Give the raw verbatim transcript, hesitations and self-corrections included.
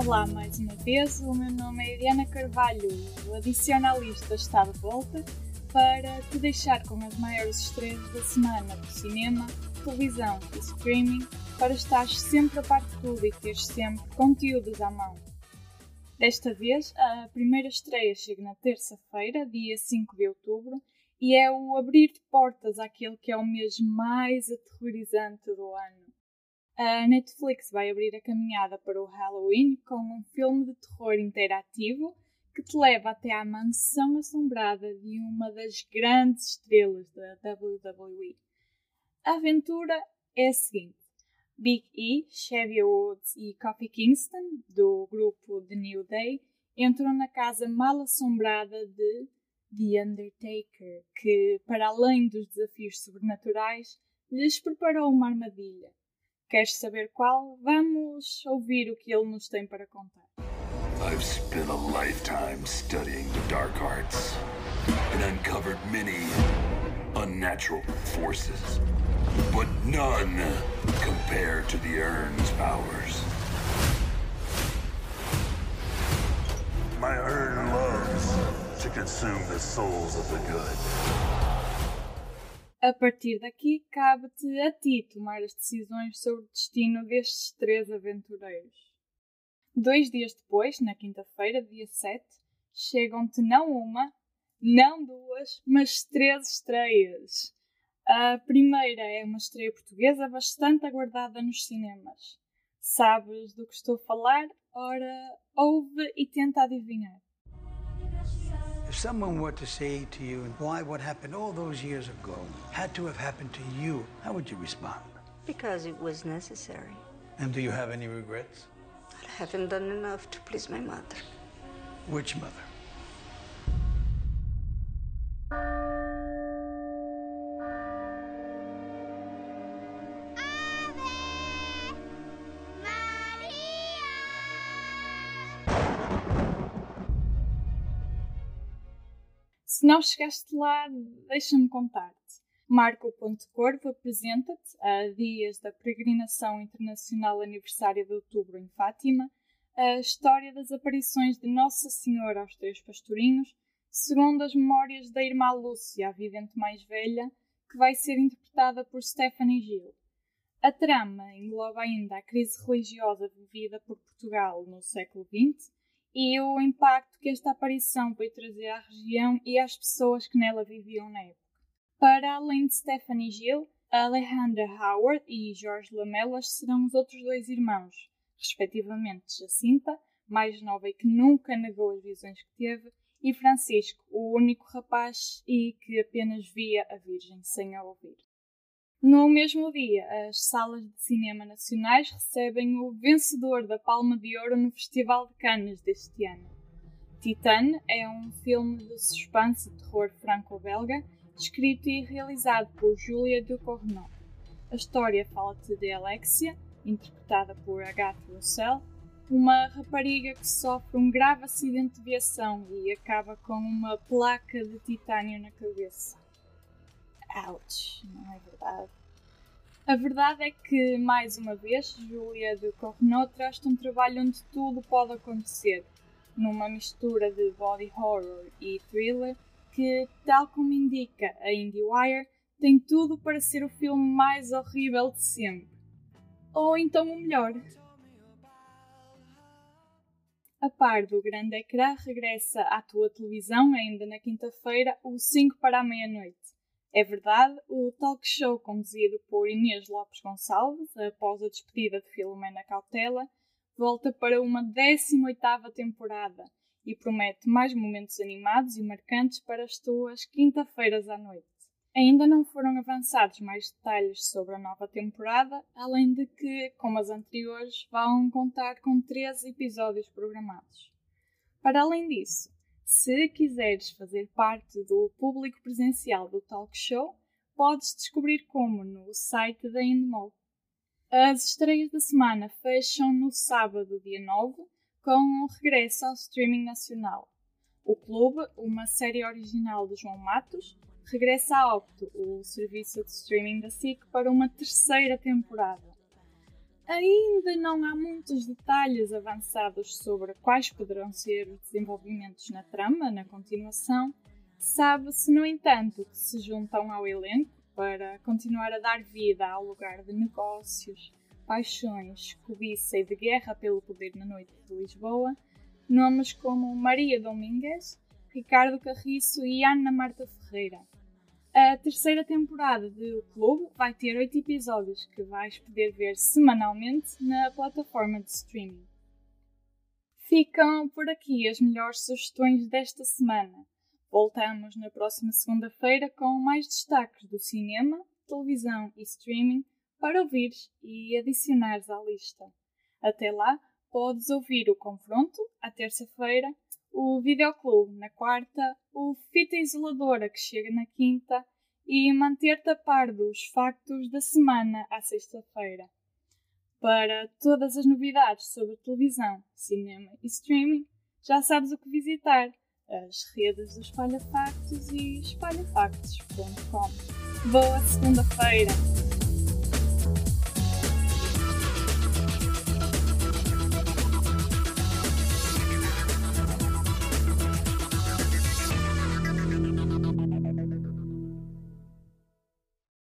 Olá mais uma vez, o meu nome é Diana Carvalho, o Adicionalista está de volta para te deixar com as maiores estreias da semana do cinema, televisão e streaming, para estares sempre a par de tudo e teres sempre conteúdos à mão. Desta vez, a primeira estreia chega na terça-feira, dia cinco de outubro, e é o abrir de portas àquele que é o mês mais aterrorizante do ano. A Netflix vai abrir a caminhada para o Halloween com um filme de terror interativo que te leva até à mansão assombrada de uma das grandes estrelas da W W E. A aventura é a seguinte: Big E, Xavier Woods e Kofi Kingston, do grupo The New Day, entram na casa mal assombrada de The Undertaker, que, para além dos desafios sobrenaturais, lhes preparou uma armadilha. Queres saber qual? Vamos ouvir o que ele nos tem para contar. I've spent a lifetime studying the dark arts and uncovered many unnatural forces, but none compared to the Urn's powers. My Urn loves to consume the souls of the good. A partir daqui, cabe-te a ti tomar as decisões sobre o destino destes três aventureiros. Dois dias depois, na quinta-feira, dia sete, chegam-te não uma, não duas, mas três estreias. A primeira é uma estreia portuguesa bastante aguardada nos cinemas. Sabes do que estou a falar? Ora, ouve e tenta adivinhar. If someone were to say to you why what happened all those years ago had to have happened to you, how would you respond? Because it was necessary. And do you have any regrets? I haven't done enough to please my mother. Which mother? Se não chegaste lá, deixa-me contar-te. Marco Ponte Corvo apresenta-te, a dias da peregrinação internacional aniversário de outubro em Fátima, a história das aparições de Nossa Senhora aos Três Pastorinhos, segundo as memórias da irmã Lúcia, a vidente mais velha, que vai ser interpretada por Stephanie Gill. A trama engloba ainda a crise religiosa vivida por Portugal no século vinte, e o impacto que esta aparição veio trazer à região e às pessoas que nela viviam na época. Para além de Stephanie Gill, Alejandra Howard e Jorge Lamelas serão os outros dois irmãos, respectivamente Jacinta, mais nova e que nunca negou as visões que teve, e Francisco, o único rapaz e que apenas via a Virgem sem a ouvir. No mesmo dia, as salas de cinema nacionais recebem o vencedor da Palma de Ouro no Festival de Cannes deste ano. Titane é um filme de suspense e terror franco-belga, escrito e realizado por Julia Ducournau. A história fala-te de Alexia, interpretada por Agathe Roussel, uma rapariga que sofre um grave acidente de viação e acaba com uma placa de titânio na cabeça. Ouch, não é verdade? A verdade é que, mais uma vez, Julia Ducournau traz-te um trabalho onde tudo pode acontecer, numa mistura de body horror e thriller que, tal como indica a IndieWire, tem tudo para ser o filme mais horrível de sempre. Ou então o melhor. A par do grande ecrã, regressa à tua televisão, ainda na quinta-feira, o cinco para a meia-noite. É verdade, o talk show conduzido por Inês Lopes Gonçalves, após a despedida de Filomena Cautela, volta para uma décima oitava temporada e promete mais momentos animados e marcantes para as tuas quinta-feiras à noite. Ainda não foram avançados mais detalhes sobre a nova temporada, além de que, como as anteriores, vão contar com treze episódios programados. Para além disso, se quiseres fazer parte do público presencial do talk show, podes descobrir como no site da Endemol. As estreias da semana fecham no sábado, dia nove, com um regresso ao streaming nacional. O Clube, uma série original de João Matos, regressa à Opto, o serviço de streaming da S I C, para uma terceira temporada. Ainda não há muitos detalhes avançados sobre quais poderão ser os desenvolvimentos na trama, na continuação. Sabe-se, no entanto, que se juntam ao elenco para continuar a dar vida ao lugar de negócios, paixões, cobiça e de guerra pelo poder na noite de Lisboa, nomes como Maria Domingues, Ricardo Carriço e Ana Marta Ferreira. A terceira temporada de O Clube vai ter oito episódios que vais poder ver semanalmente na plataforma de streaming. Ficam por aqui as melhores sugestões desta semana. Voltamos na próxima segunda-feira com mais destaques do cinema, televisão e streaming para ouvires e adicionares à lista. Até lá, podes ouvir o Confronto à terça-feira, o Videoclube na quarta, o Fita Isoladora que chega na quinta e manter-te a par dos factos da semana à sexta-feira. Para todas as novidades sobre televisão, cinema e streaming, já sabes o que visitar: as redes do Espalha Factos e espalha factos ponto com. Boa segunda-feira!